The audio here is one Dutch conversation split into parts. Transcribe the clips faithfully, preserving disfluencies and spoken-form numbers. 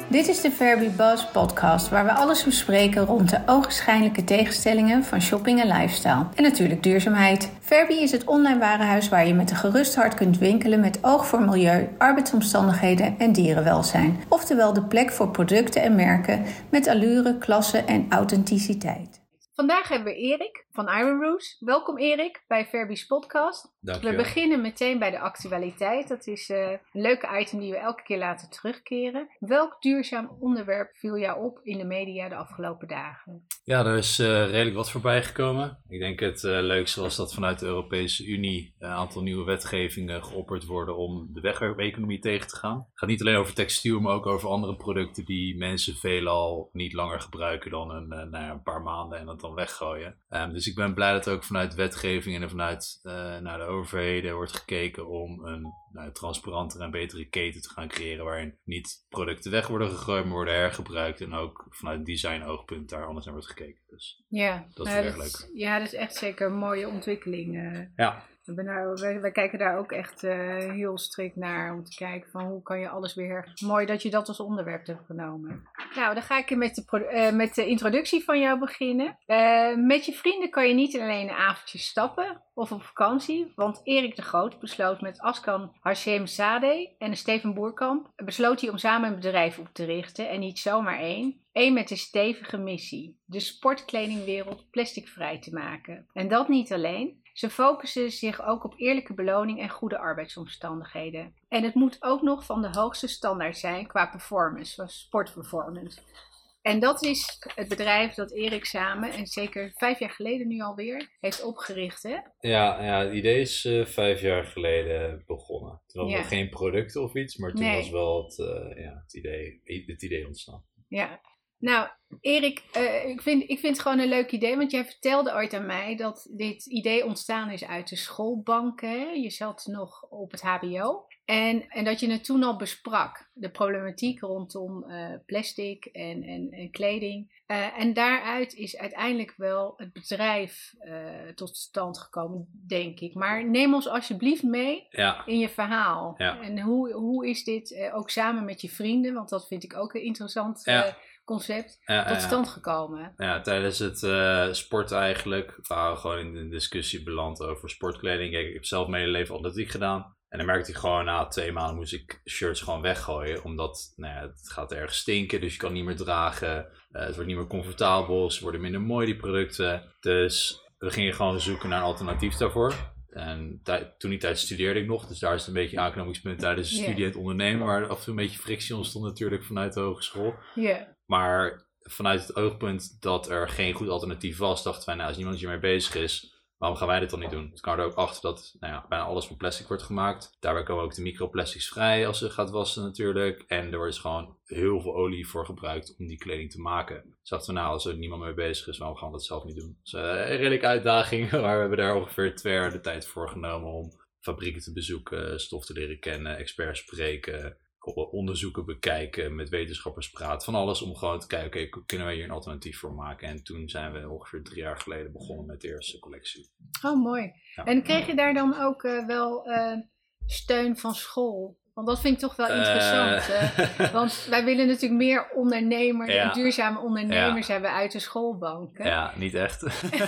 Dit is de Verbi Buzz podcast waar we alles bespreken rond de ogenschijnlijke tegenstellingen van shopping en lifestyle. En natuurlijk duurzaamheid. Verbi is het online warenhuis waar je met een gerust hart kunt winkelen met oog voor milieu, arbeidsomstandigheden en dierenwelzijn. Oftewel de plek voor producten en merken met allure, klasse en authenticiteit. Vandaag hebben we Erik van Iron Roos. Welkom Erik bij Verbi's podcast. Dankjewel. We beginnen meteen bij de actualiteit. Dat is uh, een leuke item die we elke keer laten terugkeren. Welk duurzaam onderwerp viel jou op in de media de afgelopen dagen? Ja, er is uh, redelijk wat voorbij gekomen. Ik denk het uh, leukste was dat vanuit de Europese Unie een aantal nieuwe wetgevingen geopperd worden om de wegwerpeconomie tegen te gaan. Het gaat niet alleen over textiel, maar ook over andere producten die mensen veelal niet langer gebruiken dan een, uh, nou ja, een paar maanden en dat dan weggooien. Um, dus ik ben blij dat ook vanuit wetgeving en vanuit uh, naar de overheden wordt gekeken om een nou, transparantere en betere keten te gaan creëren waarin niet producten weg worden gegooid, maar worden hergebruikt en ook vanuit design oogpunt daar anders naar wordt gekeken. Dus ja, dat is nou, erg dat, leuk. Ja, dat is echt zeker een mooie ontwikkeling. Uh, ja. We nou, wij, wij kijken daar ook echt uh, heel strikt naar om te kijken van hoe kan je alles weer her... Mooi dat je dat als onderwerp hebt genomen. Nou, dan ga ik met de, pro- uh, met de introductie van jou beginnen. Uh, met je vrienden kan je niet alleen een avondje stappen of op vakantie. Want Erik de Groot besloot met Askan Hashemzadeh en Steven Boerkamp... besloot hij om samen een bedrijf op te richten en niet zomaar één. Eén met een stevige missie. De sportkledingwereld plasticvrij te maken. En dat niet alleen. Ze focussen zich ook op eerlijke beloning en goede arbeidsomstandigheden. En het moet ook nog van de hoogste standaard zijn qua performance, zoals sportperformance. En dat is het bedrijf dat Erik samen, en zeker vijf jaar geleden nu alweer, heeft opgericht, hè? Ja, ja het idee is uh, vijf jaar geleden begonnen. Toen hadden ja. we geen producten of iets, maar toen nee. was wel het, uh, ja, het, idee, het idee ontstaan. Ja. Nou, Erik, uh, ik, vind, ik vind het gewoon een leuk idee, want jij vertelde ooit aan mij dat dit idee ontstaan is uit de schoolbanken. Hè? Je zat nog op het H B O en, en dat je het toen al besprak, de problematiek rondom uh, plastic en, en, en kleding. Uh, en daaruit is uiteindelijk wel het bedrijf uh, tot stand gekomen, denk ik. Maar neem ons alsjeblieft mee ja. in je verhaal. Ja. En hoe, hoe is dit uh, ook samen met je vrienden, want dat vind ik ook een interessant... Uh, ja. concept ja, tot stand ja. gekomen? Ja, tijdens het uh, sport eigenlijk. We waren gewoon in een discussie beland over sportkleding. Kijk, ik heb zelf mijn hele leven atletiek gedaan. En dan merkte ik gewoon, na twee maanden moest ik shirts gewoon weggooien. Omdat nou ja, het gaat erg stinken, dus je kan niet meer dragen. Uh, het wordt niet meer comfortabel, ze worden minder mooi die producten. Dus we gingen gewoon zoeken naar een alternatief daarvoor. En t- toen die tijd studeerde ik nog, dus daar is het een beetje aanknopingspunt tijdens de studie en yeah. het ondernemen. Waar af en toe een beetje frictie ontstond natuurlijk vanuit de hogeschool. Yeah. Maar vanuit het oogpunt dat er geen goed alternatief was, dachten wij, nou, als niemand hiermee bezig is, waarom gaan wij dit dan niet doen? Dus kwam er ook achter dat nou ja, bijna alles van plastic wordt gemaakt. Daarbij komen ook de microplastics vrij als je gaat wassen natuurlijk. En er wordt dus gewoon heel veel olie voor gebruikt om die kleding te maken. Dus dachten we, nou, als er niemand mee bezig is, waarom gaan we dat zelf niet doen? Dus uh, een redelijke uitdaging, maar we hebben daar ongeveer twee jaar de tijd voor genomen om fabrieken te bezoeken, stof te leren kennen, experts spreken, onderzoeken bekijken, met wetenschappers praten, van alles om gewoon te kijken, oké, okay, kunnen we hier een alternatief voor maken? En toen zijn we ongeveer drie jaar geleden begonnen met de eerste collectie. Oh, mooi. Ja. En kreeg je daar dan ook uh, wel uh, steun van school? Want dat vind ik toch wel interessant. Uh, uh, want wij willen natuurlijk meer ondernemers, ja. duurzame ondernemers ja. hebben uit de schoolbank. Hè? Ja, niet echt.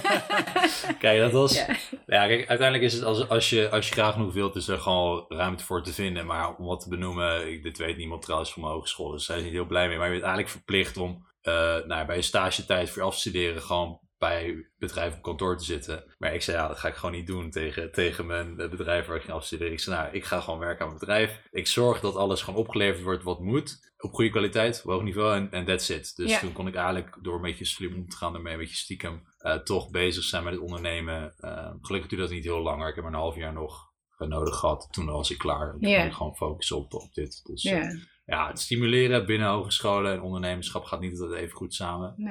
Kijk, dat was... Ja. Ja, kijk, uiteindelijk is het als, als, je, als je graag genoeg wilt, is er gewoon ruimte voor te vinden. Maar om wat te benoemen, ik, dit weet niemand trouwens van mijn hogeschool, dus daar is niet heel blij mee. Maar je bent eigenlijk verplicht om uh, nou, bij je stagetijd voor je afstuderen gewoon bij bedrijf op kantoor te zitten. Maar ik zei, ja, dat ga ik gewoon niet doen tegen, tegen mijn bedrijf waar ik ging afstuderen. Ik zei, nou, ik ga gewoon werken aan mijn bedrijf. Ik zorg dat alles gewoon opgeleverd wordt wat moet. Op goede kwaliteit, op hoog niveau en, en that's it. Dus ja. toen kon ik eigenlijk door een beetje slim om te gaan, ermee een beetje stiekem uh, toch bezig zijn met het ondernemen. Uh, gelukkig duurde dat niet heel lang, maar ik heb maar een half jaar nog uh, nodig gehad. Toen was ik klaar. Toen yeah. kon ik gewoon focussen op, op dit. Dus yeah. uh, ja, het stimuleren binnen hogescholen en ondernemerschap gaat niet altijd even goed samen. Nee.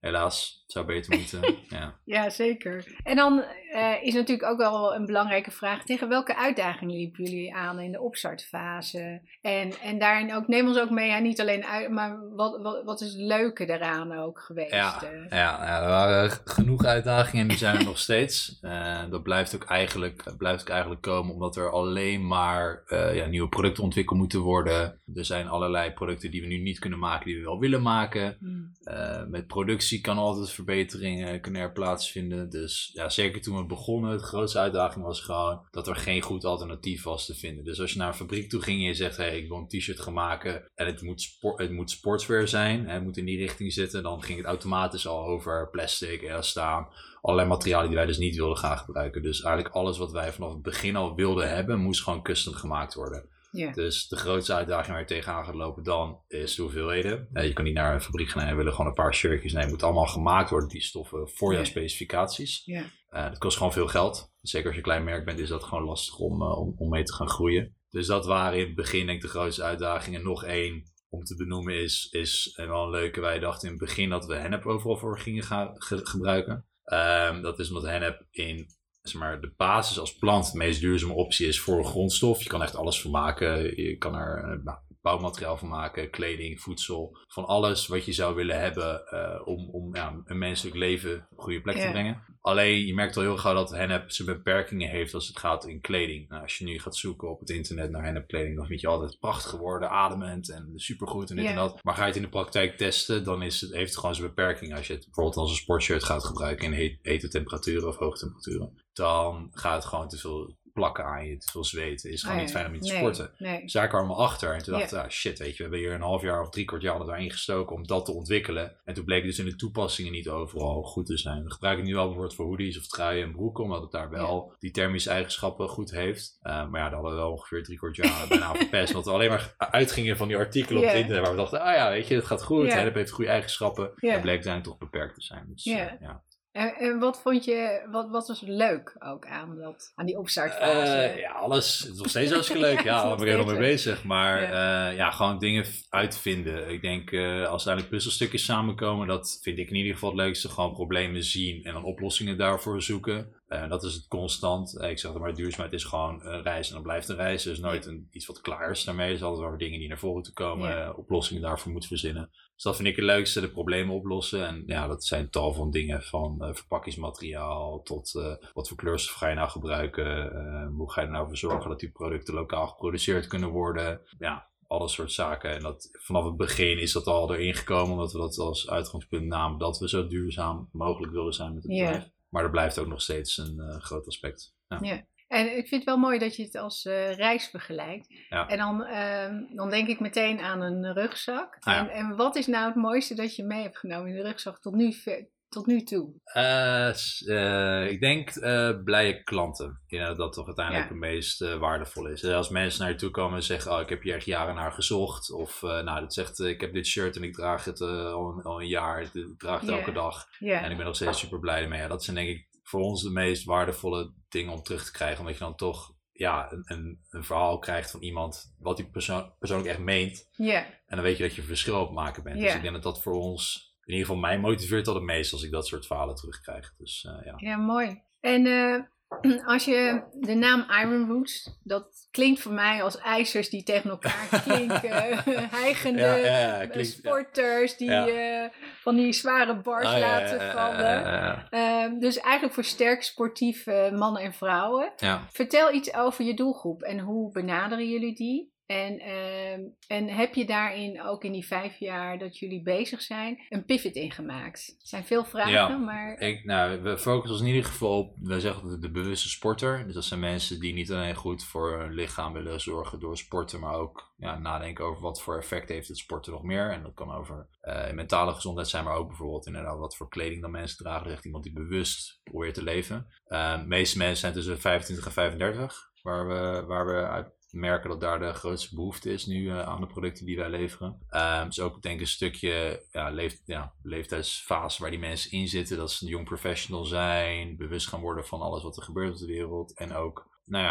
helaas. Het zou beter moeten. Ja, ja zeker. En dan uh, is natuurlijk ook wel een belangrijke vraag. Tegen welke uitdagingen liepen jullie aan in de opstartfase? En, en daarin ook, neem ons ook mee, hè, niet alleen uit, maar wat, wat, wat is het leuke daaraan ook geweest? Ja, ja, ja, er waren genoeg uitdagingen en die zijn er nog steeds. Uh, dat blijft ook, eigenlijk, blijft ook eigenlijk komen omdat er alleen maar uh, ja, nieuwe producten ontwikkeld moeten worden. Er zijn allerlei producten die we nu niet kunnen maken, die we wel willen maken. Hmm. Uh, met productie kan altijd verbeteringen kunnen er plaatsvinden. Dus ja, zeker toen we begonnen, de grootste uitdaging was gewoon dat er geen goed alternatief was te vinden. Dus als je naar een fabriek toe ging en je zegt, hé, hey, ik wil een t-shirt gaan maken en het moet, sport, het moet sportswear zijn, hè, het moet in die richting zitten, dan ging het automatisch al over plastic, elastaan, allerlei materialen die wij dus niet wilden gaan gebruiken. Dus eigenlijk alles wat wij vanaf het begin al wilden hebben, moest gewoon custom gemaakt worden. Yeah. Dus de grootste uitdaging waar je tegenaan gaat lopen dan is de hoeveelheden. Uh, je kan niet naar een fabriek gaan en we willen gewoon een paar shirtjes. Nee, het moet allemaal gemaakt worden, die stoffen, voor jouw yeah. specificaties. Yeah. Uh, dat kost gewoon veel geld. Zeker als je een klein merk bent is dat gewoon lastig om, uh, om, om mee te gaan groeien. Dus dat waren in het begin denk ik de grootste uitdagingen. Nog één om te benoemen is, is en wel een leuke. Wij dachten in het begin dat we hennep overal voor gingen gaan ge- gebruiken. Um, dat is omdat hennep in... zeg maar, de basis als plant de meest duurzame optie is voor een grondstof. Je kan echt alles van maken. Je kan er nou, bouwmateriaal van maken, kleding, voedsel. Van alles wat je zou willen hebben uh, om, om ja, een menselijk leven op een goede plek yeah. te brengen. Alleen, je merkt al heel gauw dat hennep zijn beperkingen heeft als het gaat in kleding. Nou, als je nu gaat zoeken op het internet naar hennepkleding, dan vind je altijd prachtig worden, ademend en supergoed en dit yeah. en dat. Maar ga je het in de praktijk testen, dan is het, heeft het gewoon zijn beperkingen. Als je het bijvoorbeeld als een sportshirt gaat gebruiken in heet, hete temperaturen of hoge temperaturen, dan gaat het gewoon te veel plakken aan je, te veel zweten. Is gewoon oh, niet fijn om in te nee, sporten. Nee. Dus daar kwamen we achter. En toen dachten we, yeah. ah, shit, weet je, we hebben hier een half jaar of drie kwart jaar daarin gestoken om dat te ontwikkelen. En toen bleek dus in de toepassingen niet overal goed te zijn. We gebruiken het nu wel bijvoorbeeld voor hoodies of truien en broeken, omdat het daar wel yeah. die thermische eigenschappen goed heeft. Uh, maar ja, dat hadden we wel ongeveer drie kwart jaar bijna verpest. Omdat we alleen maar uitgingen van die artikelen yeah. op het internet, waar we dachten, ah ja, weet je, het gaat goed. Yeah. Het heeft goede eigenschappen. Yeah. En bleek uiteindelijk toch beperkt te zijn. Dus, yeah. uh, ja. En, en wat vond je, wat, wat was leuk ook aan, dat, aan die opstartfase? Uh, ja, alles. Het is nog steeds hartstikke leuk. Ja, daar ben ik nog mee bezig. Maar ja. Uh, ja, gewoon dingen uitvinden. Ik denk, uh, als uiteindelijk puzzelstukjes samenkomen, dat vind ik in ieder geval het leukste. Gewoon problemen zien en dan oplossingen daarvoor zoeken. Uh, dat is het constant. Uh, ik zeg maar, duurzaamheid is gewoon een reis en dan blijft een reis. Er is nooit een, iets wat klaar is daarmee. Er is altijd wel dingen die naar voren te komen. Ja. Uh, oplossingen daarvoor moet verzinnen. Dus dat vind ik het leukste, de problemen oplossen. En ja, dat zijn tal van dingen. Van uh, verpakkingsmateriaal tot uh, wat voor kleurstof ga je nou gebruiken. Uh, hoe ga je er nou voor zorgen dat die producten lokaal geproduceerd kunnen worden. Ja, alle soort zaken. En dat, vanaf het begin is dat al erin gekomen. Omdat we dat als uitgangspunt namen. Dat we zo duurzaam mogelijk willen zijn met het bedrijf. Yeah. Maar er blijft ook nog steeds een uh, groot aspect. Ja. Yeah. En ik vind het wel mooi dat je het als uh, reis begeleidt. Ja. En dan, uh, dan denk ik meteen aan een rugzak. Ah, ja. en, en wat is nou het mooiste dat je mee hebt genomen in de rugzak tot nu, tot nu toe? Uh, uh, ik denk uh, blije klanten. Ja, dat dat toch uiteindelijk ja. het meest uh, waardevol is. Als mensen naar je toe komen en zeggen, oh, ik heb hier echt jaren naar gezocht. Of uh, nou, dat zegt, uh, ik heb dit shirt en ik draag het uh, al, een, al een jaar. Ik draag het yeah. elke dag. Yeah. En ik ben nog steeds super blij mee. Ja, dat zijn denk ik voor ons de meest waardevolle dingen om terug te krijgen. Omdat je dan toch ja, een, een, een verhaal krijgt van iemand wat die persoon, persoonlijk echt meent. Yeah. En dan weet je dat je een verschil op het maken bent. Yeah. Dus ik denk dat dat voor ons, in ieder geval mij motiveert dat het meest als ik dat soort verhalen terugkrijg. Dus, uh, ja. ja, mooi. En uh, als je de naam Ironroots, dat klinkt voor mij als ijzers die tegen elkaar klinken. Hijgende ja, ja, ja, klinkt, sporters ja. die ja. uh, van die zware bars ah, laten ja, ja, vallen. Ja, ja, ja. Uh, dus eigenlijk voor sterk sportieve mannen en vrouwen. Ja. Vertel iets over je doelgroep en hoe benaderen jullie die? En, uh, en heb je daarin ook in die vijf jaar dat jullie bezig zijn een pivot in gemaakt? Er zijn veel vragen, ja, maar... Ik, nou, we focussen ons in ieder geval op, wij zeggen de, de bewuste sporter. Dus dat zijn mensen die niet alleen goed voor hun lichaam willen zorgen door sporten, maar ook ja, nadenken over wat voor effect heeft het sporten nog meer. En dat kan over uh, mentale gezondheid zijn, maar ook bijvoorbeeld inderdaad wat voor kleding dan mensen dragen. Er echt iemand die bewust probeert te leven. Uh, de meeste mensen zijn tussen vijfentwintig en vijfendertig, waar we, waar we uit merken dat daar de grootste behoefte is nu uh, aan de producten die wij leveren. Um, dus ook denk ik een stukje ja, leeft, ja, leeftijdsfase waar die mensen in zitten. Dat ze een jong professional zijn, bewust gaan worden van alles wat er gebeurt op de wereld. En ook, nou ja,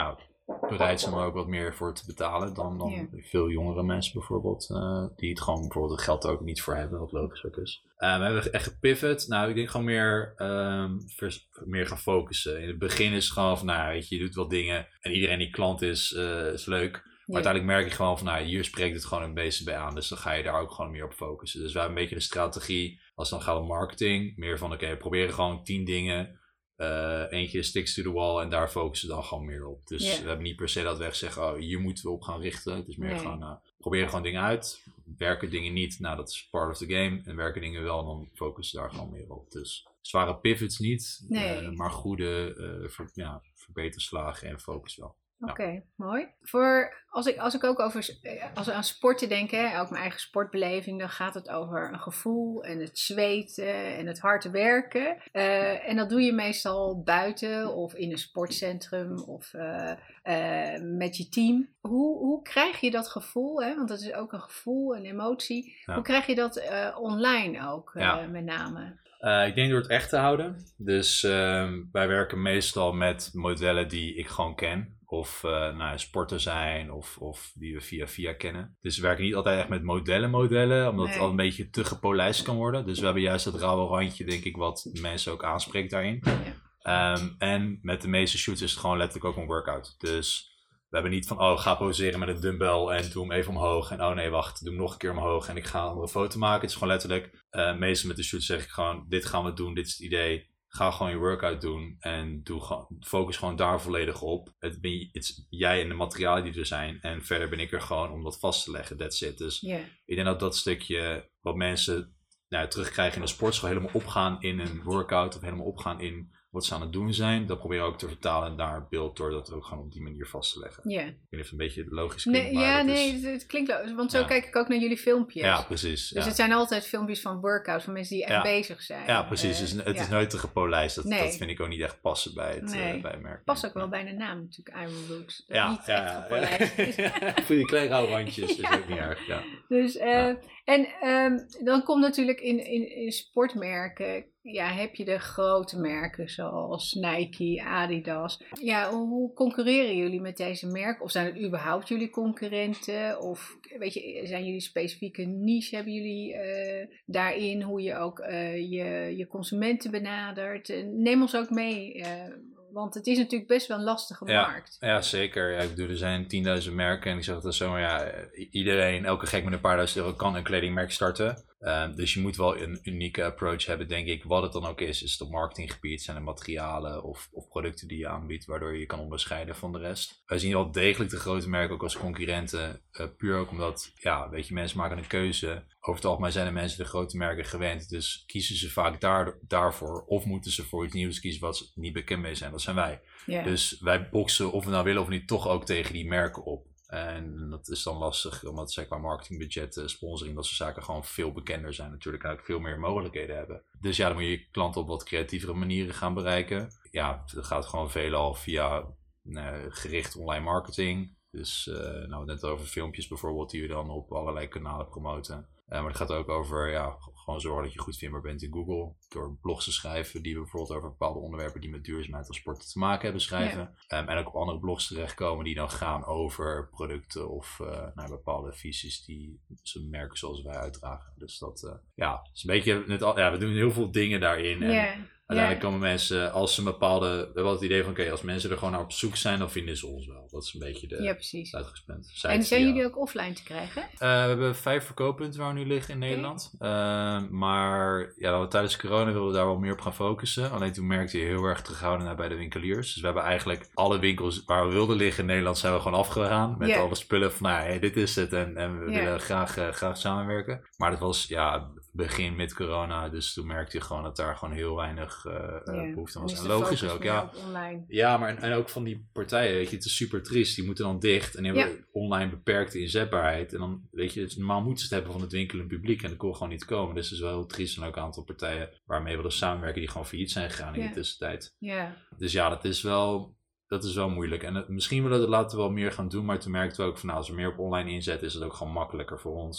bereid zijn om er ook wat meer voor te betalen dan, dan yeah. veel jongere mensen bijvoorbeeld. Uh, die het gewoon bijvoorbeeld het geld er ook niet voor hebben, wat logisch ook is. Uh, we hebben echt gepivot. Nou, ik denk gewoon meer, um, vers, meer gaan focussen. In het begin is het gewoon van, nou weet je, je doet wel dingen en iedereen die klant is, uh, is leuk. Maar yeah. uiteindelijk merk je gewoon van, nou hier spreekt het gewoon een beetje bij aan. Dus dan ga je daar ook gewoon meer op focussen. Dus we hebben een beetje de strategie, als het dan gaat om marketing, meer van, oké, okay, we proberen gewoon tien dingen. Uh, eentje sticks to the wall en daar focussen we dan gewoon meer op. Dus yeah. we hebben niet per se dat we echt zeggen, oh, hier moeten we op gaan richten. Het is meer nee. gewoon, uh, proberen gewoon dingen uit. Werken dingen niet, nou dat is part of the game. En werken dingen wel, dan focussen we daar gewoon meer op. Dus zware pivots niet, nee. uh, maar goede uh, ver, ja, verbeterslagen en focus wel. Oké, okay, ja. mooi. Voor, als, ik, als ik ook over, als we aan sporten denk, hè, ook mijn eigen sportbeleving, dan gaat het over een gevoel en het zweten en het hard werken. Uh, en dat doe je meestal buiten of in een sportcentrum of uh, uh, met je team. Hoe, hoe krijg je dat gevoel, hè? Want dat is ook een gevoel, een emotie. Ja. Hoe krijg je dat uh, online ook, uh, ja. met name? Uh, ik denk door het echt te houden. Dus uh, wij werken meestal met modellen die ik gewoon ken. Of uh, nou, sporten zijn of, of die we via via kennen. Dus we werken niet altijd echt met modellen modellen. Omdat nee. het al een beetje te gepolijst kan worden. Dus we hebben juist dat rauwe randje denk ik wat mensen ook aanspreekt daarin. Ja. Um, en met de meeste shoots is het gewoon letterlijk ook een workout. Dus we hebben niet van oh ga poseren met een dumbbell en doe hem even omhoog. En oh nee wacht, doe hem nog een keer omhoog en ik ga een andere foto maken. Het is gewoon letterlijk, uh, meestal met de shoots zeg ik gewoon dit gaan we doen, dit is het idee. Ga gewoon je workout doen en doe gewoon, focus gewoon daar volledig op. Het ben het jij en de materialen die er zijn. En verder ben ik er gewoon om dat vast te leggen. That's it. Dus yeah. ik denk dat dat stukje wat mensen nou, terugkrijgen in de sportschool helemaal opgaan in een workout. Of helemaal opgaan in wat ze aan het doen zijn. Dat proberen we ook te vertalen naar beeld door dat ook gewoon op die manier vast te leggen. Yeah. Ik weet niet of het een beetje logisch klinkt. Nee, ja, nee, is... het klinkt logisch. Want zo ja. kijk ik ook naar jullie filmpjes. Ja, precies. Dus ja. het zijn altijd filmpjes van workouts, van mensen die echt ja. bezig zijn. Ja, precies. Dus het ja. is nooit te gepolijst. Dat, nee. dat vind ik ook niet echt passen bij het, nee. uh, bij het merk. Past ook wel bij de naam natuurlijk, Iron Roots. Ja, niet ja, echt ja, gepolijst is. Ja. Voor die kleine randjes ja. is ook niet erg. Ja. Dus, uh, ja. En um, dan komt natuurlijk in, in, in sportmerken, ja, heb je de grote merken zoals Nike, Adidas. Ja, hoe concurreren jullie met deze merken? Of zijn het überhaupt jullie concurrenten? Of weet je, zijn jullie specifieke niche? Hebben jullie uh, daarin hoe je ook uh, je, je consumenten benadert? Uh, neem ons ook mee. Uh, Want het is natuurlijk best wel een lastige ja, markt. Ja, zeker. Ja, ik bedoel, er zijn tienduizend merken en ik zeg dat zo, maar ja, iedereen, elke gek met een paar duizend euro kan een kledingmerk starten. Uh, dus je moet wel een unieke approach hebben, denk ik. Wat het dan ook is, is het op marketinggebied, zijn er materialen of, of producten die je aanbiedt, waardoor je je kan onderscheiden van de rest. Wij zien wel degelijk de grote merken ook als concurrenten, uh, puur ook omdat, ja, weet je, mensen maken een keuze. Over het algemeen zijn de mensen de grote merken gewend, dus kiezen ze vaak daar, daarvoor. Of moeten ze voor iets nieuws kiezen wat ze niet bekend mee zijn, dat zijn wij. Yeah. Dus wij boksen, of we nou willen of niet, toch ook tegen die merken op. En dat is dan lastig, omdat ze qua marketingbudget, sponsoring, dat soort zaken gewoon veel bekender zijn natuurlijk. En ook veel meer mogelijkheden hebben. Dus ja, dan moet je je klanten op wat creatievere manieren gaan bereiken. Ja, dat gaat gewoon veelal via nou, gericht online marketing. Dus uh, nou, net over filmpjes bijvoorbeeld die we dan op allerlei kanalen promoten. Uh, maar het gaat ook over ja, gewoon zorgen dat je goed vindbaar bent in Google. Door blogs te schrijven die we bijvoorbeeld over bepaalde onderwerpen die met duurzaamheid of sporten te maken hebben schrijven. Ja. Um, en ook op andere blogs terechtkomen die dan gaan over producten of uh, naar bepaalde visies die zo'n merken zoals wij uitdragen. Dus dat uh, ja, is een beetje net al, ja, we doen heel veel dingen daarin. En yeah. uiteindelijk komen mensen, als ze een bepaalde, we hebben het idee van oké, okay, als mensen er gewoon naar op zoek zijn, dan vinden ze ons wel. Dat is een beetje de ja, precies. uitgangspunt. En zijn jullie ook offline te krijgen? Uh, we hebben vijf verkooppunten waar we nu liggen in okay. Nederland. Uh, maar ja, tijdens corona wilden we daar wel meer op gaan focussen. Alleen toen merkte je heel erg terughouden naar bij de winkeliers. Dus we hebben eigenlijk alle winkels waar we wilden liggen in Nederland zijn we gewoon afgegaan. Met yeah. alle spullen van nou, hey, dit is het en, en we yeah. willen graag, uh, graag samenwerken. Maar dat was ja begin met corona, dus toen merkte je gewoon dat daar gewoon heel weinig uh, yeah. behoefte aan was. En logisch ook, ja. Ja, maar en, en ook van die partijen, weet je, het is super triest. Die moeten dan dicht en die hebben yeah. online beperkte inzetbaarheid. En dan, weet je, het, normaal moeten ze het hebben van het winkelend publiek en dat kon gewoon niet komen. Dus het is wel heel triest en ook een aantal partijen waarmee we willen samenwerken die gewoon failliet zijn gegaan yeah. in de tussentijd. Yeah. Dus ja, dat is wel... Dat is wel moeilijk. En het, misschien willen we dat later wel meer gaan doen, maar toen merkten we ook van nou, als we meer op online inzetten, is het ook gewoon makkelijker voor ons.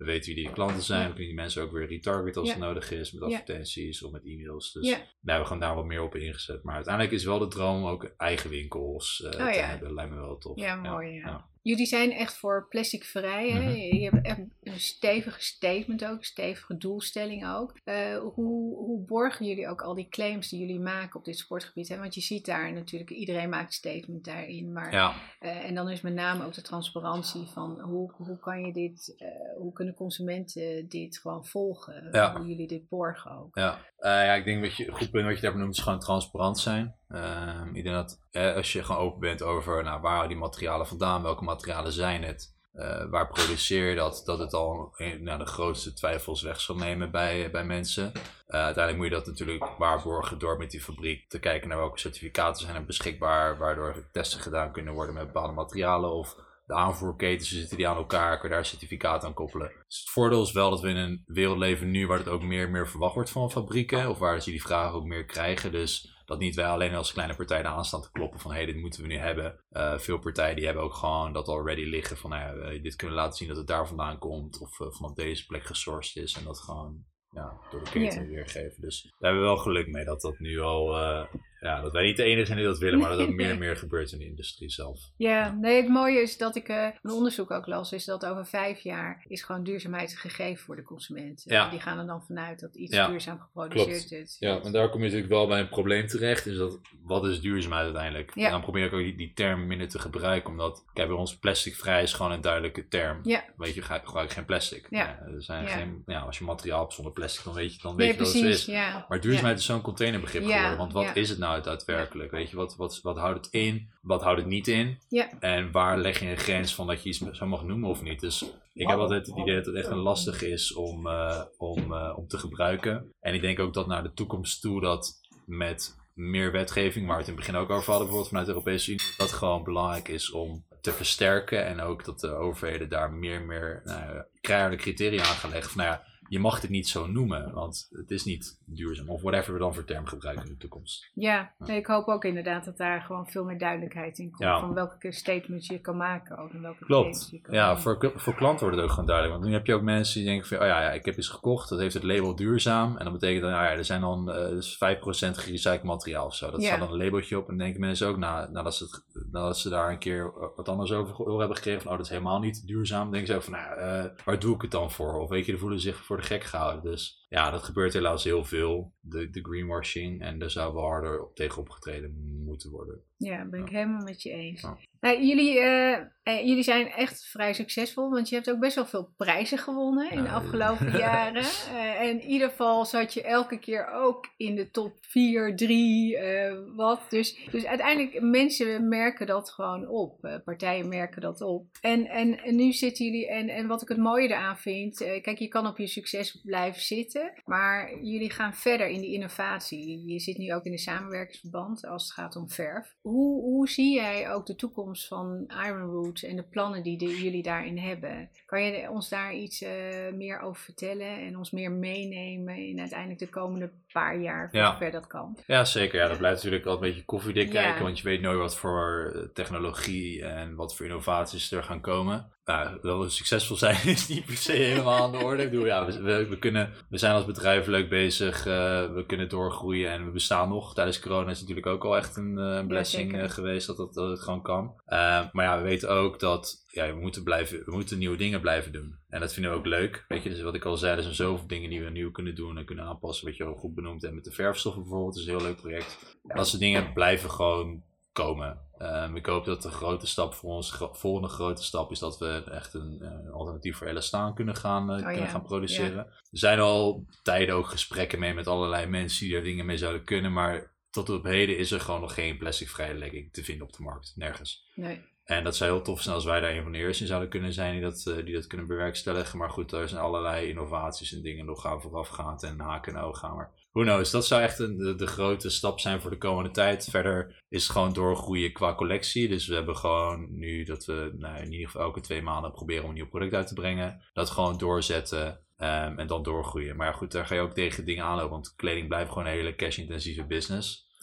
We weten wie die klanten zijn. Ja. We kunnen die mensen ook weer retargeten als Ja. het nodig is. Met Ja. advertenties of met e-mails. Dus Ja. daar hebben we gewoon daar wat meer op ingezet. Maar uiteindelijk is wel de droom ook eigen winkels uh, Oh, te ja. hebben. Lijkt me wel tof. Ja, mooi. Ja. Ja. Jullie zijn echt voor plasticvrij. Hè? Mhm. Je hebt echt een stevige statement ook, een stevige doelstelling ook. Uh, hoe, hoe borgen jullie ook al die claims die jullie maken op dit sportgebied? Hè? Want je ziet daar natuurlijk, iedereen maakt een statement daarin. Maar, Ja. uh, en dan is met name ook de transparantie van hoe, hoe kan je dit, uh, hoe kunnen consumenten dit gewoon volgen? Ja. Hoe jullie dit borgen ook. Ja, uh, ja ik denk dat je een goed punt wat je daar benoemt is gewoon transparant zijn. Uh, ik denk dat eh, als je gewoon open bent over nou, waar die materialen vandaan, welke materialen zijn het, uh, waar produceer je dat, dat het al een, nou, de grootste twijfels weg zal nemen bij, bij mensen. Uh, uiteindelijk moet je dat natuurlijk waarborgen door met die fabriek te kijken naar welke certificaten zijn er beschikbaar, waardoor testen gedaan kunnen worden met bepaalde materialen of de aanvoerketens zitten die aan elkaar, kun je daar certificaten aan koppelen. Dus het voordeel is wel dat we in een wereld leven nu waar het ook meer en meer verwacht wordt van fabrieken, of waar ze die vragen ook meer krijgen. Dus dat niet wij alleen als kleine partij aan staan te kloppen van hé, hey, dit moeten we nu hebben. Uh, veel partijen die hebben ook gewoon dat al ready liggen van nou ja, dit kunnen we laten zien dat het daar vandaan komt of uh, vanaf deze plek gesourced is en dat gewoon ja, door de keten yeah. weergeven. Dus daar hebben we wel geluk mee dat dat nu al, uh, ja, dat wij niet de enige zijn die dat willen, maar dat ook meer en meer gebeurt in de industrie zelf. Ja, nee, het mooie is dat ik uh, een onderzoek ook las, is dat over vijf jaar is gewoon duurzaamheid gegeven voor de consument. Ja. Die gaan er dan vanuit dat iets ja. duurzaam geproduceerd Klopt. is. Ja, maar daar kom je natuurlijk wel bij een probleem terecht, is dat wat is duurzaamheid uiteindelijk? Ja. En dan probeer ik ook die, die term minder te gebruiken, omdat, kijk, bij ons plasticvrij is gewoon een duidelijke term. Ja. Weet je, gebruik geen plastic. Ja. Ja, er zijn ja. geen, ja, als je materiaal hebt zonder plastic, dan weet je, dan weet nee, je precies, wat het is. Ja. Maar duurzaamheid ja. is zo'n containerbegrip ja. geworden, want wat ja. is het nou daadwerkelijk? Weet je, wat, wat, wat houdt het in? Wat houdt het niet in? Ja. En waar leg je een grens van dat je iets zo mag noemen of niet? Dus ik heb altijd het idee dat het echt een lastig is om, uh, om, uh, om te gebruiken. En ik denk ook dat naar de toekomst toe dat met meer wetgeving, waar we het in het begin ook over hadden, bijvoorbeeld vanuit de Europese Unie, dat gewoon belangrijk is om te versterken. En ook dat de overheden daar meer en meer nou, keiharde criteria aan gaan leggen. Van, nou ja, je mag dit niet zo noemen, want het is niet duurzaam. Of whatever we dan voor term gebruiken in de toekomst. Ja, nee, ik hoop ook inderdaad dat daar gewoon veel meer duidelijkheid in komt. Ja. Van welke statements je kan maken ook. En welke Klopt. Je kan ja, voor, voor klanten wordt het ook gewoon duidelijk. Want nu heb je ook mensen die denken van, oh ja, ja, ik heb iets gekocht. Dat heeft het label duurzaam. En dat betekent dan, ja, ja er zijn dan uh, dus vijf procent gerecycled materiaal of zo. Dat ja. staat dan een labeltje op. En dan denken mensen ook, na, nadat, ze het, nadat ze daar een keer wat anders over hebben gekregen. Van, oh, dat is helemaal niet duurzaam. Dan denken ze ook van, nou, uh, waar doe ik het dan voor? Of weet je, dan voelen ze zich voor de gek gehouden. Dus ja, dat gebeurt helaas heel veel. De, de greenwashing. En daar zou wel harder op tegen opgetreden moeten worden. Ja, ben ik ja. helemaal met je eens. Ja. Nou, jullie, uh, uh, jullie zijn echt vrij succesvol, want je hebt ook best wel veel prijzen gewonnen in de afgelopen jaren. Uh, en in ieder geval zat je elke keer ook in de top vier, drie, uh, wat. Dus, dus uiteindelijk, mensen merken dat gewoon op. Uh, partijen merken dat op. En, en, en nu zitten jullie, en, en wat ik het mooie eraan vind, uh, kijk, je kan op je succes blijven zitten, maar jullie gaan verder in die innovatie. Je zit nu ook in een samenwerkingsverband als het gaat om verf. Hoe, hoe zie jij ook de toekomst van Ironroot en de plannen die de, jullie daarin hebben? Kan je ons daar iets uh, meer over vertellen en ons meer meenemen in uiteindelijk de komende paar jaar, voor ja. zover dat kan? Ja, zeker. Ja, dat blijft natuurlijk al een beetje koffiedik kijken, ja. want je weet nooit wat voor technologie en wat voor innovaties er gaan komen. Nou, dat we succesvol zijn is niet per se helemaal aan de orde. Ik bedoel, ja, we, we, we, kunnen, we zijn als bedrijf leuk bezig, uh, we kunnen doorgroeien en we bestaan nog. Tijdens corona is het natuurlijk ook al echt een uh, blessing ja, uh, geweest dat, dat, dat het gewoon kan. Uh, maar ja, we weten ook dat ja, we, moeten blijven, we moeten nieuwe dingen blijven doen. En dat vinden we ook leuk. Weet je, dus wat ik al zei, er zijn zoveel dingen die we nieuw kunnen doen en kunnen aanpassen. Wat je ook goed benoemd hebt met de verfstoffen bijvoorbeeld. Dat is een heel leuk project. En dat soort dingen blijven gewoon komen. Um, ik hoop dat de grote stap voor ons, gro- volgende grote stap is dat we echt een uh, alternatief voor elastaan kunnen gaan, uh, oh, kunnen ja. gaan produceren. Ja. Er zijn al tijden ook gesprekken mee met allerlei mensen die er dingen mee zouden kunnen, maar tot op heden is er gewoon nog geen plasticvrije legging te vinden op de markt. Nergens. Nee. En dat zou heel tof zijn als wij daar een van de eerste in zouden kunnen zijn die dat, uh, die dat kunnen bewerkstelligen. Maar goed, er zijn allerlei innovaties en dingen nog aan voorafgaand en haken en ogen gaan. Maar who knows, dat zou echt een, de, de grote stap zijn voor de komende tijd. Verder is het gewoon doorgroeien qua collectie. Dus we hebben gewoon nu dat we nou, in ieder geval elke twee maanden proberen om een nieuw product uit te brengen. Dat gewoon doorzetten um, en dan doorgroeien. Maar ja, goed, daar ga je ook tegen dingen aanlopen. Want kleding blijft gewoon een hele cash-intensieve business. Ja.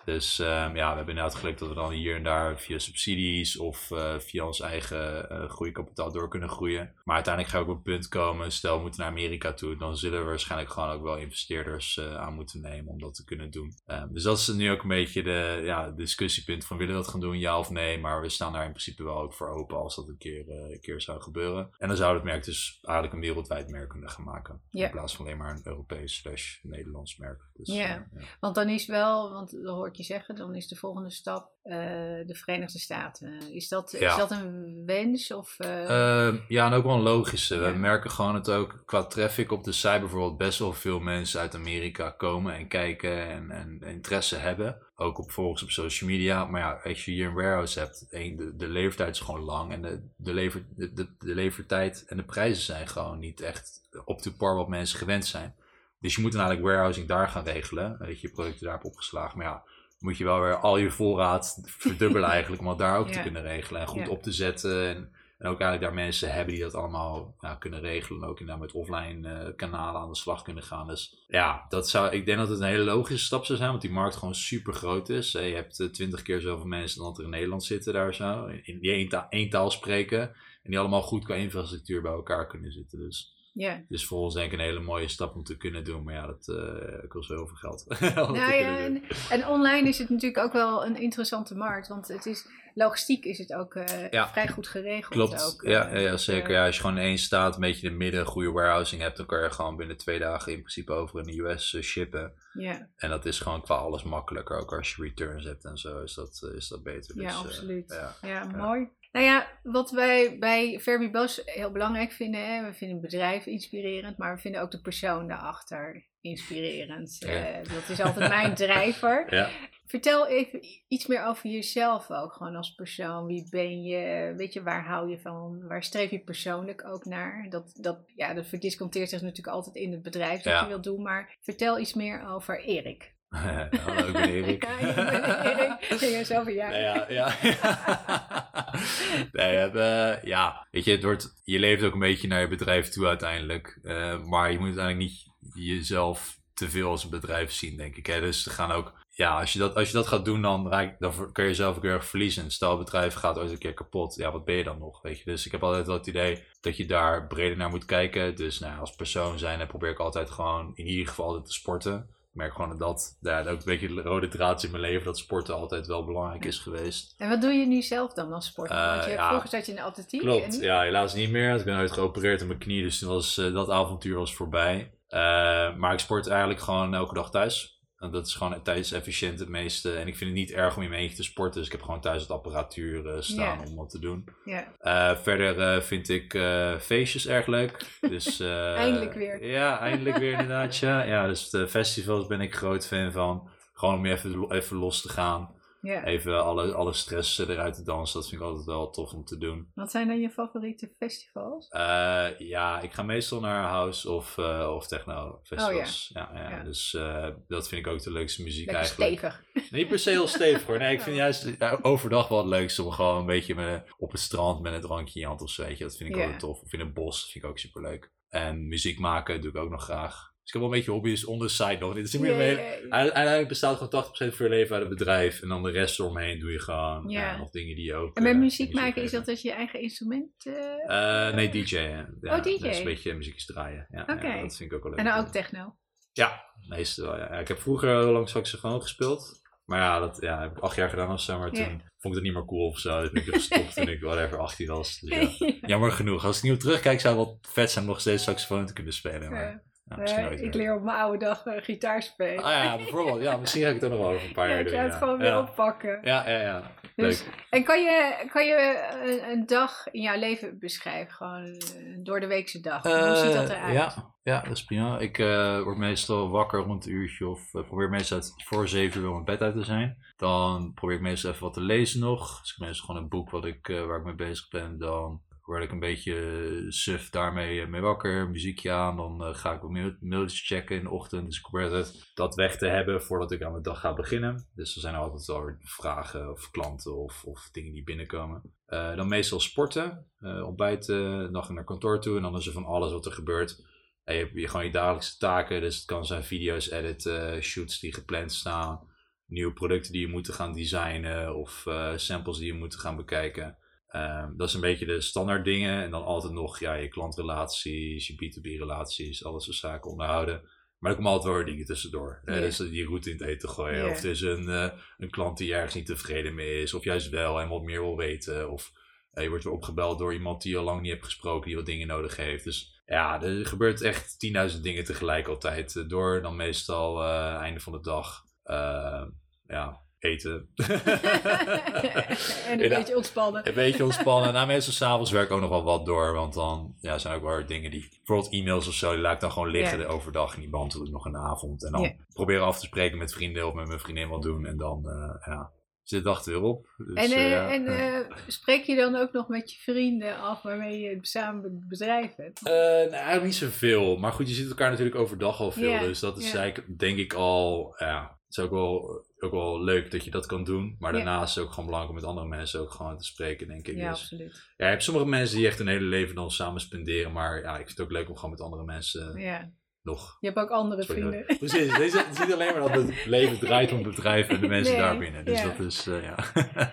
Dus um, ja, we hebben inderdaad geluk dat we dan hier en daar via subsidies of uh, via ons eigen uh, groeikapitaal door kunnen groeien. Maar uiteindelijk ga ik op een punt komen, stel we moeten naar Amerika toe, dan zullen we waarschijnlijk gewoon ook wel investeerders uh, aan moeten nemen om dat te kunnen doen. Um, dus dat is nu ook een beetje de ja, discussiepunt van willen we dat gaan doen, ja of nee. Maar we staan daar in principe wel ook voor open als dat een keer, uh, een keer zou gebeuren. En dan zou het merk dus eigenlijk een wereldwijd merk kunnen gaan maken. Yeah. In plaats van alleen maar een Europees slash Nederlands merk. Dus, yeah. uh, ja, want dan is wel, want dat hoor ik je zeggen, dan is de volgende stap uh, de Verenigde Staten. Is dat, ja. is dat een wens? Of, uh... Uh, ja, en ook wel een logische. Ja. We merken gewoon het ook qua traffic op de site bijvoorbeeld best wel veel mensen uit Amerika komen en kijken en, en interesse hebben. Ook op volgens op social media. Maar ja, als je hier een warehouse hebt, de, de levertijd is gewoon lang. En de, de, lever, de, de, de levertijd en de prijzen zijn gewoon niet echt op de par wat mensen gewend zijn. Dus je moet dan eigenlijk warehousing daar gaan regelen. Dat je je producten daar hebt opgeslagen. Maar ja, moet je wel weer al je voorraad verdubbelen eigenlijk. Om dat daar ook ja. te kunnen regelen. En goed ja. op te zetten. En, en ook eigenlijk daar mensen hebben die dat allemaal ja, kunnen regelen. En ook inderdaad met offline uh, kanalen aan de slag kunnen gaan. Dus ja, dat zou, ik denk dat het een hele logische stap zou zijn. Want die markt gewoon super groot is. Je hebt twintig uh, keer zoveel mensen dan dat er in Nederland zitten daar zo. In, die één, ta- één taal spreken. En die allemaal goed qua infrastructuur bij elkaar kunnen zitten. Dus... Yeah. Dus voor ons denk ik een hele mooie stap om te kunnen doen. Maar ja, dat uh, kost wel heel veel geld. nou ja, en, en online is het natuurlijk ook wel een interessante markt. Want het is, logistiek is het ook uh, ja. vrij goed geregeld. Klopt, ook, ja, uh, ja zeker. Ja, als je gewoon in één staat een beetje in het midden goede warehousing hebt... dan kan je gewoon binnen twee dagen in principe over in de U S uh, shippen. Yeah. En dat is gewoon qua alles makkelijker. Ook als je returns hebt en zo is dat, uh, is dat beter. Ja, dus, absoluut. Uh, ja, ja, ja, mooi. Nou ja, wat wij bij Verbi Bas heel belangrijk vinden, hè, we vinden het bedrijf inspirerend, maar we vinden ook de persoon daarachter inspirerend. Ja. Uh, dat is altijd mijn drijver. Ja. Vertel even iets meer over jezelf ook, gewoon als persoon. Wie ben je? Weet je, waar hou je van? Waar streef je persoonlijk ook naar? Dat, dat, ja, dat verdisconteert zich natuurlijk altijd in het bedrijf dat ja. je wilt doen, maar vertel iets meer over Erik. Hallo, ik ben Erik. Ja, ik ben Erik. Ja, zo van jou. Nee, ja, ja. nee, uh, ja, weet je, het wordt, je leeft ook een beetje naar je bedrijf toe uiteindelijk. Uh, maar je moet uiteindelijk niet jezelf te veel als een bedrijf zien, denk ik. Hè? Dus er gaan ook, ja, als je dat, als je dat gaat doen, dan, raak, dan kun je jezelf ook heel erg verliezen. Stel, het bedrijf gaat ooit een keer kapot. Ja, wat ben je dan nog, weet je? Dus ik heb altijd wel het idee dat je daar breder naar moet kijken. Dus nou, als persoon zijn, probeer ik altijd gewoon in ieder geval altijd te sporten. Ik merk gewoon dat ja, dat ook een beetje de rode draad is in mijn leven, dat sporten altijd wel belangrijk is geweest. En wat doe je nu zelf dan als sporter? Uh, Want je, ja, vroeger zat je in de atletiek. Klopt, en... ja, helaas niet meer. Ik ben ooit geopereerd in mijn knie, dus toen was, uh, dat avontuur was voorbij. Uh, maar ik sport eigenlijk gewoon elke dag thuis. En dat is gewoon tijdsefficiënt het meeste. En ik vind het niet erg om in mijn eentje te sporten. Dus ik heb gewoon thuis wat apparatuur uh, staan yeah. om wat te doen. Yeah. Uh, verder uh, vind ik uh, feestjes erg leuk. Dus, uh, eindelijk weer. Ja, eindelijk weer inderdaad. Ja. ja, dus de festivals ben ik groot fan van. Gewoon om even, even los te gaan. Yeah. Even alle, alle stress eruit te dansen. Dat vind ik altijd wel tof om te doen. Wat zijn dan je favoriete festivals? Uh, ja, ik ga meestal naar house of, uh, of techno festivals. Oh, ja. Ja, ja, ja. Dus uh, dat vind ik ook de leukste muziek Lekker eigenlijk. Stevig. Niet per se heel stevig hoor. Nee, ik vind juist ja, overdag wel het leukste om gewoon een beetje met, op het strand met een drankje in je hand of zo. Weet je. Dat vind ik yeah. altijd tof. Of in een bos, dat vind ik ook superleuk. En muziek maken doe ik ook nog graag. Dus ik heb wel een beetje hobby's on the side nog. Dit is niet meer yeah, yeah, yeah. Uiteindelijk bestaat gewoon tachtig procent van je leven uit het bedrijf. En dan de rest eromheen doe je gewoon yeah. ja, nog dingen die je ook... En met uh, muziek maken, is dat als je eigen instrument? Uh... Uh, nee, D J. Ja. Oh, D J. Dus een beetje muziekjes draaien. Ja, okay. ja, dat vind ik ook wel leuk. En dan ook techno? Ja, meestal wel. Ja. Ja, ik heb vroeger heel lang saxofoon gespeeld. Maar ja, dat ja, heb ik acht jaar gedaan of zo. Maar yeah. toen vond ik het niet meer cool of zo. Dus ben ik gestopt toen ik whatever achttien was. Dus ja. Jammer genoeg. Als ik nu op terugkijk, zou het wel vet zijn om nog steeds saxofoon te kunnen spelen. Maar... Ja. Ja, uh, ik leer op mijn oude dag uh, gitaar spelen. Ah ja, bijvoorbeeld. Ja, misschien ga ik het ook nog wel over een paar ja, jaar doen. Ik ga het ja. gewoon weer ja. oppakken. Ja, ja, ja. Dus, leuk. En kan je, kan je een, een dag in jouw leven beschrijven? Gewoon een door de weekse dag. Uh, Hoe ziet dat eruit? Ja, ja, dat is prima. Ik uh, word meestal wakker rond een uurtje of uh, probeer meestal uit, voor zeven uur om mijn bed uit te zijn. Dan probeer ik meestal even wat te lezen nog. Dus ik meestal gewoon een boek wat ik, uh, waar ik mee bezig ben. Dan word ik een beetje suf daarmee mee wakker, muziekje aan. Dan uh, ga ik wat mailtjes checken in de ochtend. Dus ik probeer het, dat weg te hebben voordat ik aan mijn dag ga beginnen. Dus er zijn altijd wel weer vragen of klanten of, of dingen die binnenkomen. Uh, dan meestal sporten, uh, ontbijten, dan ga ik naar kantoor toe. En dan is er van alles wat er gebeurt. En je hebt je gewoon je dagelijkse taken. Dus het kan zijn video's editen, shoots die gepland staan. nieuwe producten die je moet gaan designen of uh, samples die je moet gaan bekijken. Um, dat is een beetje de standaard dingen. En dan altijd nog ja, je klantrelaties, je B twee B relaties, alles soort zaken onderhouden. Maar er komen altijd wel dingen tussendoor. Yeah. Dus die route in het eten gooien. Yeah. Of het is een, uh, een klant die ergens niet tevreden mee is. Of juist wel en wat meer wil weten. Of uh, je wordt weer opgebeld door iemand die je al lang niet hebt gesproken. Die wat dingen nodig heeft. Dus ja, er gebeurt echt tienduizend dingen tegelijk altijd uh, door. Dan meestal uh, einde van de dag. Uh, ja... eten. en een ja, beetje ontspannen. Een beetje ontspannen. Nou, meestal s'avonds werk ik ook nog wel wat door. Want dan ja, zijn ook wel dingen die... Bijvoorbeeld e-mails of zo, die laat ik dan gewoon liggen yeah. de overdag. En die beantwoord ik nog in de avond. En dan yeah. proberen af te spreken met vrienden of met mijn vriendin wat doen. En dan uh, ja, zit de dag er weer op. Dus, en uh, uh, ja. en uh, spreek je dan ook nog met je vrienden af waarmee je samen het bedrijf hebt? Uh, nou, eigenlijk niet zoveel. Maar goed, je ziet elkaar natuurlijk overdag al veel. Yeah. Dus dat is yeah. eigenlijk, denk ik al... Ja, het is ook wel... ook wel leuk dat je dat kan doen. Maar daarnaast ja. is het ook gewoon belangrijk om met andere mensen ook gewoon te spreken, denk ik. Ja, dus, absoluut. Ja, je hebt sommige mensen die echt een hele leven dan samen spenderen. Maar ja, ik vind het ook leuk om gewoon met andere mensen ja. nog... Je hebt ook andere Sorry, vrienden. Dat, precies. Deze, het is niet alleen maar dat het leven draait om het bedrijf en de mensen nee, daarbinnen. Dus ja. dat is, uh, ja.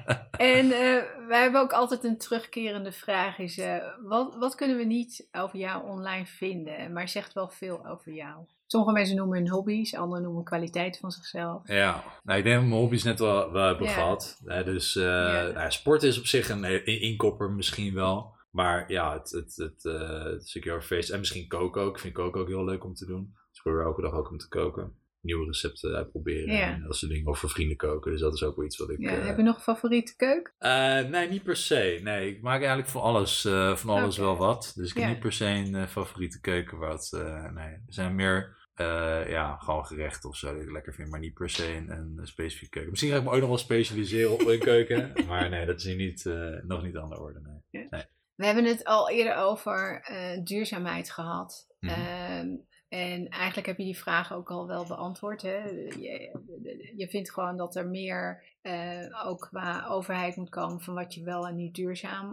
En uh, wij hebben ook altijd een terugkerende vraag. Is, uh, wat, wat kunnen we niet over jou online vinden? Maar zegt wel veel over jou. Sommige mensen noemen hun hobby's, anderen noemen kwaliteit van zichzelf. Ja, nou, ik denk dat mijn hobby's net wel, wel hebben ja. gehad. Ja, dus uh, ja. nou, sport is op zich een, een inkopper misschien wel. Maar ja, het, het, het, uh, het secure face en misschien koken ook. Ik vind koken ook heel leuk om te doen. Dus ik probeer elke dag ook om te koken. Nieuwe recepten uitproberen ja. en dat soort dingen. Of voor vrienden koken, dus dat is ook wel iets wat ik... Ja, uh, heb je nog een favoriete keuken? Uh, nee, niet per se. Nee, ik maak eigenlijk van alles, uh, van alles okay. wel wat. Dus ik heb ja. niet per se een uh, favoriete keuken. Wat, uh, nee, er zijn meer... Uh, ja, gewoon gerecht of zo, dat ik lekker vind, maar niet per se een, een specifieke keuken. Misschien ga ik me ook nog wel specialiseren op een keuken, maar nee, dat is niet, uh, nog niet aan de orde. Nee. Ja. Nee. We hebben het al eerder over uh, duurzaamheid gehad. Mm-hmm. Um, en eigenlijk heb je die vraag ook al wel beantwoord. Hè? Je, je vindt gewoon dat er meer uh, ook qua overheid moet komen van wat je wel en niet duurzaam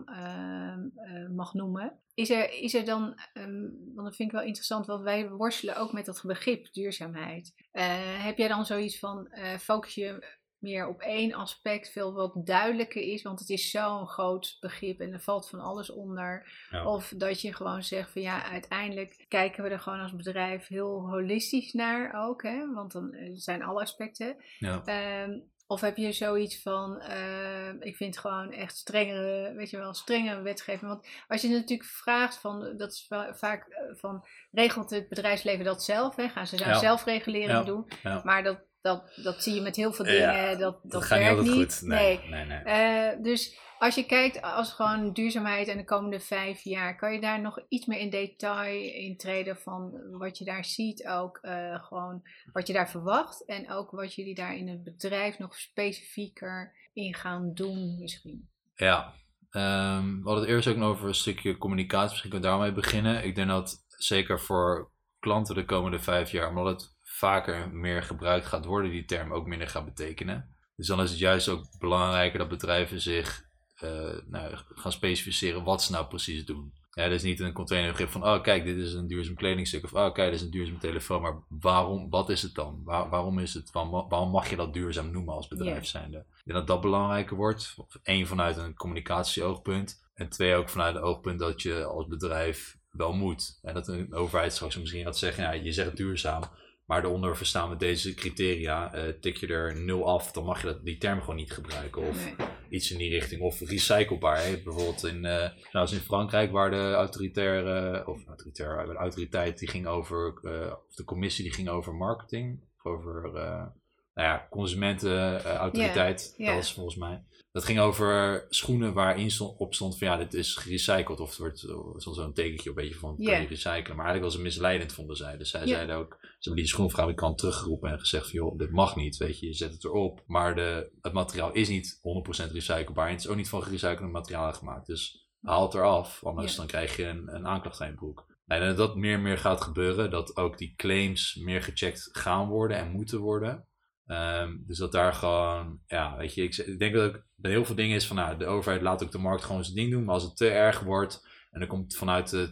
uh, uh, mag noemen. Is er, is er dan, um, want dat vind ik wel interessant, want wij worstelen ook met dat begrip duurzaamheid. Uh, heb jij dan zoiets van, uh, focus je meer op één aspect, veel wat duidelijker is, want het is zo'n groot begrip en er valt van alles onder. Ja. Of dat je gewoon zegt van ja, uiteindelijk kijken we er gewoon als bedrijf heel holistisch naar ook, hè? Want dan zijn alle aspecten. Ja. Um, Of heb je zoiets van, uh, ik vind gewoon echt strengere, weet je wel, strenge wetgeving. Want als je natuurlijk vraagt van, dat is va- vaak uh, van, regelt het bedrijfsleven dat zelf? Hè? Gaan ze daar ja. zelfregulering ja. doen? Ja. Maar dat, dat, dat zie je met heel veel dingen, ja, dat, dat, dat gaat werkt niet. Goed. Nee, nee. nee, nee. Uh, dus als je kijkt als gewoon duurzaamheid en de komende vijf jaar, kan je daar nog iets meer in detail in treden van wat je daar ziet ook, uh, gewoon wat je daar verwacht en ook wat jullie daar in het bedrijf nog specifieker in gaan doen misschien? Ja, um, we hadden het eerst ook nog over een stukje communicatie, misschien kunnen we daarmee beginnen. Ik denk dat zeker voor klanten de komende vijf jaar, omdat het vaker meer gebruikt gaat worden, die term ook minder gaat betekenen. Dus dan is het juist ook belangrijker dat bedrijven zich Uh, nou, gaan specificeren wat ze nou precies doen. Ja, dat is niet een containerbegrip van, oh kijk, dit is een duurzaam kledingstuk of oh kijk, dit is een duurzaam telefoon, maar waarom, wat is het dan? Waar, waarom is het? Waarom, waarom mag je dat duurzaam noemen als bedrijf yeah. zijnde? Ik denk dat dat belangrijker wordt. Eén, vanuit een communicatieoogpunt en twee, ook vanuit het oogpunt dat je als bedrijf wel moet. En dat een overheid straks misschien gaat zeggen, ja, je zegt duurzaam, maar daaronder verstaan we deze criteria, uh, tik je er nul af, dan mag je dat, die term gewoon niet gebruiken. Of nee. iets in die richting. Of recyclebaar. Hè? Bijvoorbeeld in, uh, zoals in Frankrijk, waar de autoritaire, of autoritaire, de autoriteit die ging over, uh, of de commissie die ging over marketing, of over uh, nou ja, consumentenautoriteit, uh, yeah. yeah. dat was volgens mij. Dat ging over schoenen waarin stond, op stond van ja, dit is gerecycled. Of het wordt zo'n tekentje een beetje van, kan yeah. je recyclen. Maar eigenlijk was het misleidend, vonden zij. Dus zij yeah. zeiden ook, ze hebben die schoenfabrikant teruggeroepen en gezegd van joh, dit mag niet, weet je, je zet het erop. Maar de, het materiaal is niet honderd procent recyclebaar en het is ook niet van gerecyclede materialen gemaakt. Dus haal het eraf, anders yeah. dan krijg je een, een aanklacht aan je broek. En dat meer en meer gaat gebeuren, dat ook die claims meer gecheckt gaan worden en moeten worden. Um, dus dat daar gewoon, ja, weet je, ik, ik denk dat ook bij heel veel dingen is van, nou, de overheid laat ook de markt gewoon zijn ding doen, maar als het te erg wordt en dan komt vanuit het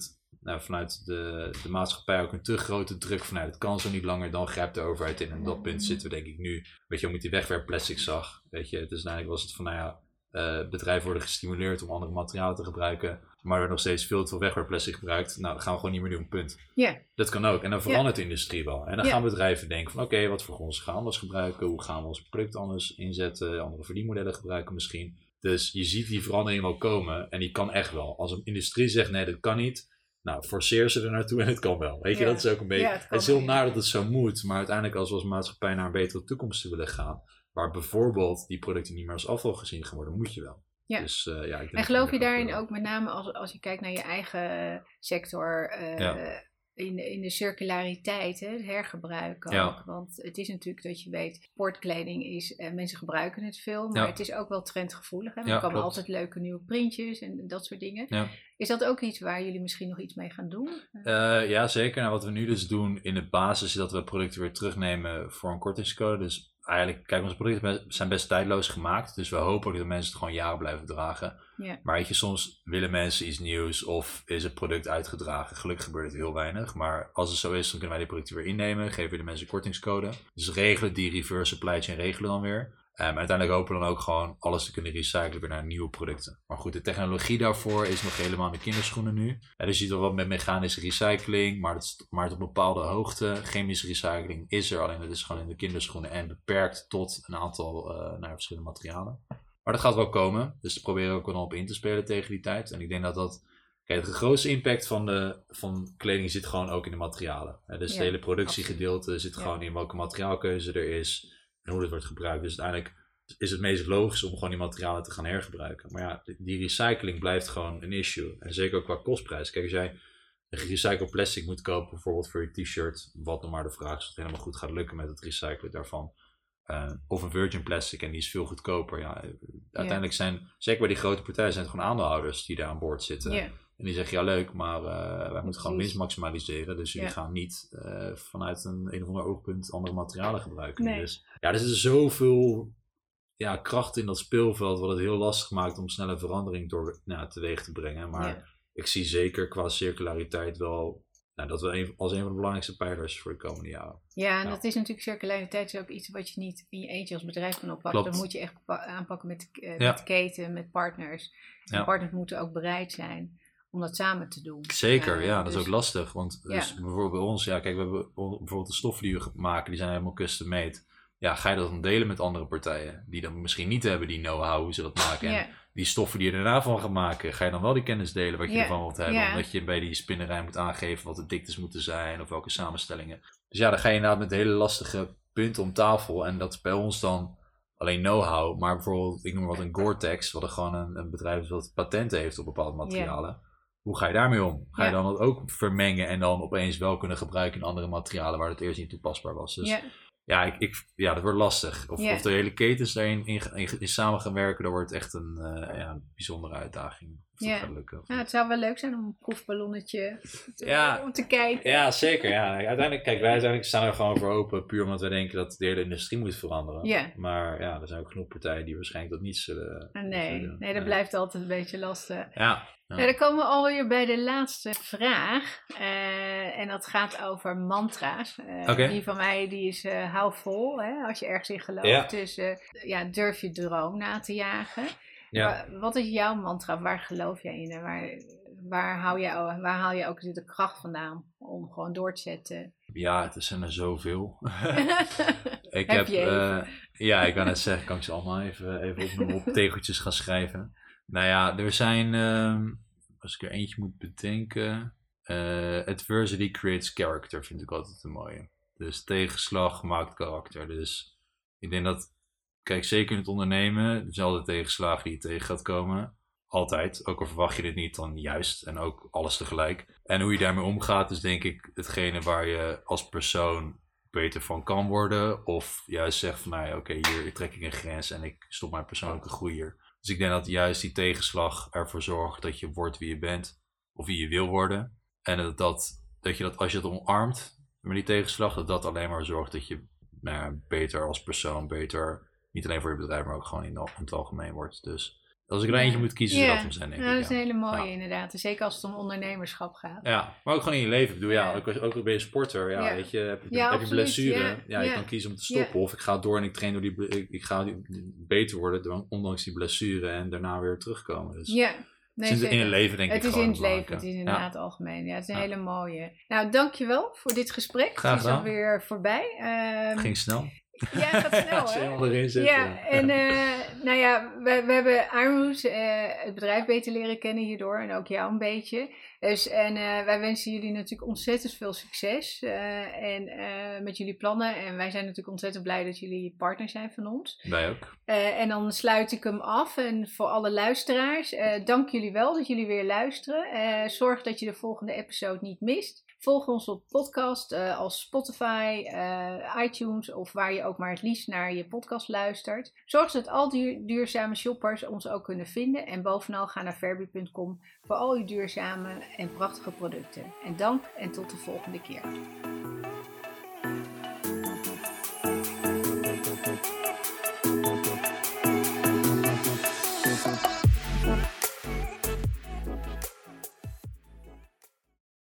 nou, vanuit de, de maatschappij ook een te grote druk vanuit het kan zo niet langer, dan grijpt de overheid in. En op dat punt zitten we denk ik nu, weet je, hoe met die wegwerpplastic zag. Weet je, dus uiteindelijk was het van, nou ja, uh, bedrijven worden gestimuleerd om andere materialen te gebruiken, maar er nog steeds veel te veel wegwerpplastic gebruikt. Nou, dat gaan we gewoon niet meer doen, punt. Yeah. Dat kan ook. En dan verandert yeah. de industrie wel. En dan yeah. gaan bedrijven denken van, oké, okay, wat voor grond gaan we anders gebruiken? Hoe gaan we ons product anders inzetten? Andere verdienmodellen gebruiken misschien. Dus je ziet die verandering wel komen en die kan echt wel. Als een industrie zegt, nee, dat kan niet, nou, forceer ze er naartoe en het kan wel. Weet je, ja. dat is ook een beetje... Ja, het, het is heel naar dat het zo moet, maar uiteindelijk als we als maatschappij naar een betere toekomst toe willen gaan, waar bijvoorbeeld die producten niet meer als afval gezien gaan worden, moet je wel. Ja. Dus, uh, ja, ik denk en geloof je daarin ook, ook met name als, als je kijkt naar je eigen sector, uh, ja. in, in de circulariteit, hè, het hergebruik ook. Ja. Want het is natuurlijk dat je weet, sportkleding is, uh, mensen gebruiken het veel, maar ja. het is ook wel trendgevoelig. Hè? Er ja, komen klopt. altijd leuke nieuwe printjes en dat soort dingen. Ja. Is dat ook iets waar jullie misschien nog iets mee gaan doen? Uh, ja, zeker. Nou, wat we nu dus doen in de basis is dat we producten weer terugnemen voor een kortingscode. Dus eigenlijk, kijk, onze producten zijn best tijdloos gemaakt. Dus we hopen dat mensen het gewoon jaren blijven dragen. Ja. Maar weet je, soms willen mensen iets nieuws of is het product uitgedragen. Gelukkig gebeurt het heel weinig. Maar als het zo is, dan kunnen wij die producten weer innemen. Geven we de mensen een kortingscode. Dus regelen die reverse supply chain regelen dan weer. Um, uiteindelijk hopen we dan ook gewoon alles te kunnen recyclen weer naar nieuwe producten. Maar goed, de technologie daarvoor is nog helemaal in de kinderschoenen nu. Ja, dus je ziet wel wat met mechanische recycling, maar het, maar het op bepaalde hoogte. Chemische recycling is er, alleen het is gewoon in de kinderschoenen en beperkt tot een aantal uh, naar verschillende materialen. Maar dat gaat wel komen, dus daar proberen we ook wel op in te spelen tegen die tijd. En ik denk dat dat... Kijk, de grootste impact van, de, van kleding zit gewoon ook in de materialen. Ja, dus ja, het hele productiegedeelte zit ja. gewoon in welke materiaalkeuze er is en hoe dat wordt gebruikt. Dus uiteindelijk is het meest logisch om gewoon die materialen te gaan hergebruiken. Maar ja, die recycling blijft gewoon een issue. En zeker ook qua kostprijs. Kijk, als jij een gerecycled plastic moet kopen, bijvoorbeeld voor je t-shirt, wat nog maar de vraag is of het helemaal goed gaat lukken met het recyclen daarvan. Uh, of een virgin plastic en die is veel goedkoper. Ja, uiteindelijk ja. zijn, zeker bij die grote partijen, zijn het gewoon aandeelhouders die daar aan boord zitten. Ja. En die zeggen, ja leuk, maar uh, wij moeten gewoon winst maximaliseren. Dus jullie ja. gaan niet uh, vanuit een, een of ander oogpunt andere materialen gebruiken. Nee. Dus ja, er zit zoveel ja, kracht in dat speelveld, wat het heel lastig maakt om snelle verandering door, nou, teweeg te brengen. Maar ja. ik zie zeker qua circulariteit wel... Nou, dat we een, als een van de belangrijkste pijlers voor de komende jaren. Ja, en nou. dat is natuurlijk, circulariteit is ook iets wat je niet in je eentje als bedrijf kan oppakken. Klopt. Dat moet je echt aanpakken met, uh, ja. met keten, met partners. En ja. partners moeten ook bereid zijn om dat samen te doen. Zeker, uh, ja, dat dus, is ook lastig. Want dus ja. bijvoorbeeld bij ons, ja, kijk, we hebben bijvoorbeeld de stoffen die we maken, die zijn helemaal custom made. Ja, ga je dat dan delen met andere partijen die dan misschien niet hebben die know-how hoe ze dat maken. En ja. die stoffen die je daarna van gaat maken, ga je dan wel die kennis delen wat je ja. ervan wilt hebben. Ja. Omdat je bij die spinnerij moet aangeven wat de diktes moeten zijn of welke samenstellingen. Dus ja, dan ga je inderdaad met hele lastige punten om tafel. En dat is bij ons dan alleen know-how. Maar bijvoorbeeld, ik noem maar wat een Gore-Tex, wat er gewoon een, een bedrijf is wat patenten heeft op bepaalde materialen. Ja. Hoe ga je daarmee om? Ga je ja. dan dat ook vermengen en dan opeens wel kunnen gebruiken in andere materialen waar het eerst niet toepasbaar was? Dus ja. Ja, ik, ik, ja, dat wordt lastig. Of, yeah. of de hele ketens daarin in, in, in samen gaan werken, dat wordt echt een uh, ja, bijzondere uitdaging. Of yeah. dat gaat lukken. Ja, het zou wel leuk zijn om een proefballonnetje te, ja. om te kijken. Ja, zeker. Ja. Uiteindelijk, kijk, wij uiteindelijk staan er gewoon voor open, puur omdat wij denken dat de hele industrie moet veranderen. Yeah. Maar ja, er zijn ook genoeg partijen die waarschijnlijk dat niet zullen, nee, zullen doen. Nee, dat ja. blijft altijd een beetje lastig. Ja. Ja. Ja, dan komen we alweer bij de laatste vraag. Uh, en dat gaat over mantra's. Uh, okay. Die van mij die is uh, hou vol, hè, als je ergens in gelooft. Ja. Dus uh, ja, durf je droom na te jagen. Ja. Waar, wat is jouw mantra? Waar geloof jij in? En waar, waar, hou je, waar haal je ook de kracht vandaan om gewoon door te zetten? Ja, het zijn er zoveel. ik heb, heb je uh, ja, ik kan net zeggen, kan ik ze allemaal even, even opnoemen, op tegeltjes gaan schrijven. Nou ja, er zijn, uh, als ik er eentje moet bedenken, uh, adversity creates character vind ik altijd een mooie. Dus tegenslag maakt karakter. Dus ik denk dat, kijk, zeker in het ondernemen, er zijn altijd tegenslagen die je tegen gaat komen. Altijd, ook al verwacht je dit niet, dan juist. En ook alles tegelijk. En hoe je daarmee omgaat is denk ik hetgene waar je als persoon beter van kan worden. Of juist zegt van, nou ja, oké, okay, hier trek ik een grens en ik stop mijn persoonlijke groei hier. Dus ik denk dat juist die tegenslag ervoor zorgt dat je wordt wie je bent. Of wie je wil worden. En dat, dat, dat je dat als je het omarmt met die tegenslag, dat dat alleen maar zorgt dat je nou ja, beter als persoon, beter, niet alleen voor je bedrijf, maar ook gewoon in, in het algemeen wordt. Dus Als ik er Ja. eentje moet kiezen, Ja. zou dat hem zijn, denk Nou, ik. dat is Ja. een hele mooie Ja. inderdaad. Zeker als het om ondernemerschap gaat. Ja, maar ook gewoon in je leven. Ik bedoel, ja, Ja. ook, als- ook ben je sporter. Ja, Ja. weet je, heb, je- Ja, heb je absoluut, blessure. ja. Ja, je Ja. kan kiezen om te stoppen. Of ik ga door en ik train door die, ble- ik, ik ga die- beter worden, door- ondanks die blessure en daarna weer terugkomen. Dus Ja. Nee, het is in zeker. het leven denk Het ik is gewoon in het leven, belangrijk. het is Ja. inderdaad algemeen. Ja, het is een Ja. hele mooie. Nou, dankjewel voor dit gesprek. Graag Het is gedaan. alweer voorbij. Ehm, Ging snel. Ja, het gaat snel, Als je hè? helemaal erin zit. Ja, en eh, nou ja, we, we hebben Ironroots, eh, het bedrijf beter leren kennen hierdoor en ook jou een beetje. Dus, en eh, wij wensen jullie natuurlijk ontzettend veel succes eh, en, eh, met jullie plannen. En wij zijn natuurlijk ontzettend blij dat jullie partner zijn van ons. Wij ook. Uh, en dan sluit ik hem af. En voor alle luisteraars, uh, dank jullie wel dat jullie weer luisteren. Uh, zorg dat je de volgende episode niet mist. Volg ons op podcast uh, als Spotify, uh, iTunes of waar je ook maar het liefst naar je podcast luistert. Zorg dat al die duurzame shoppers ons ook kunnen vinden. En bovenal ga naar verbi punt com voor al je duurzame en prachtige producten. En dank en tot de volgende keer.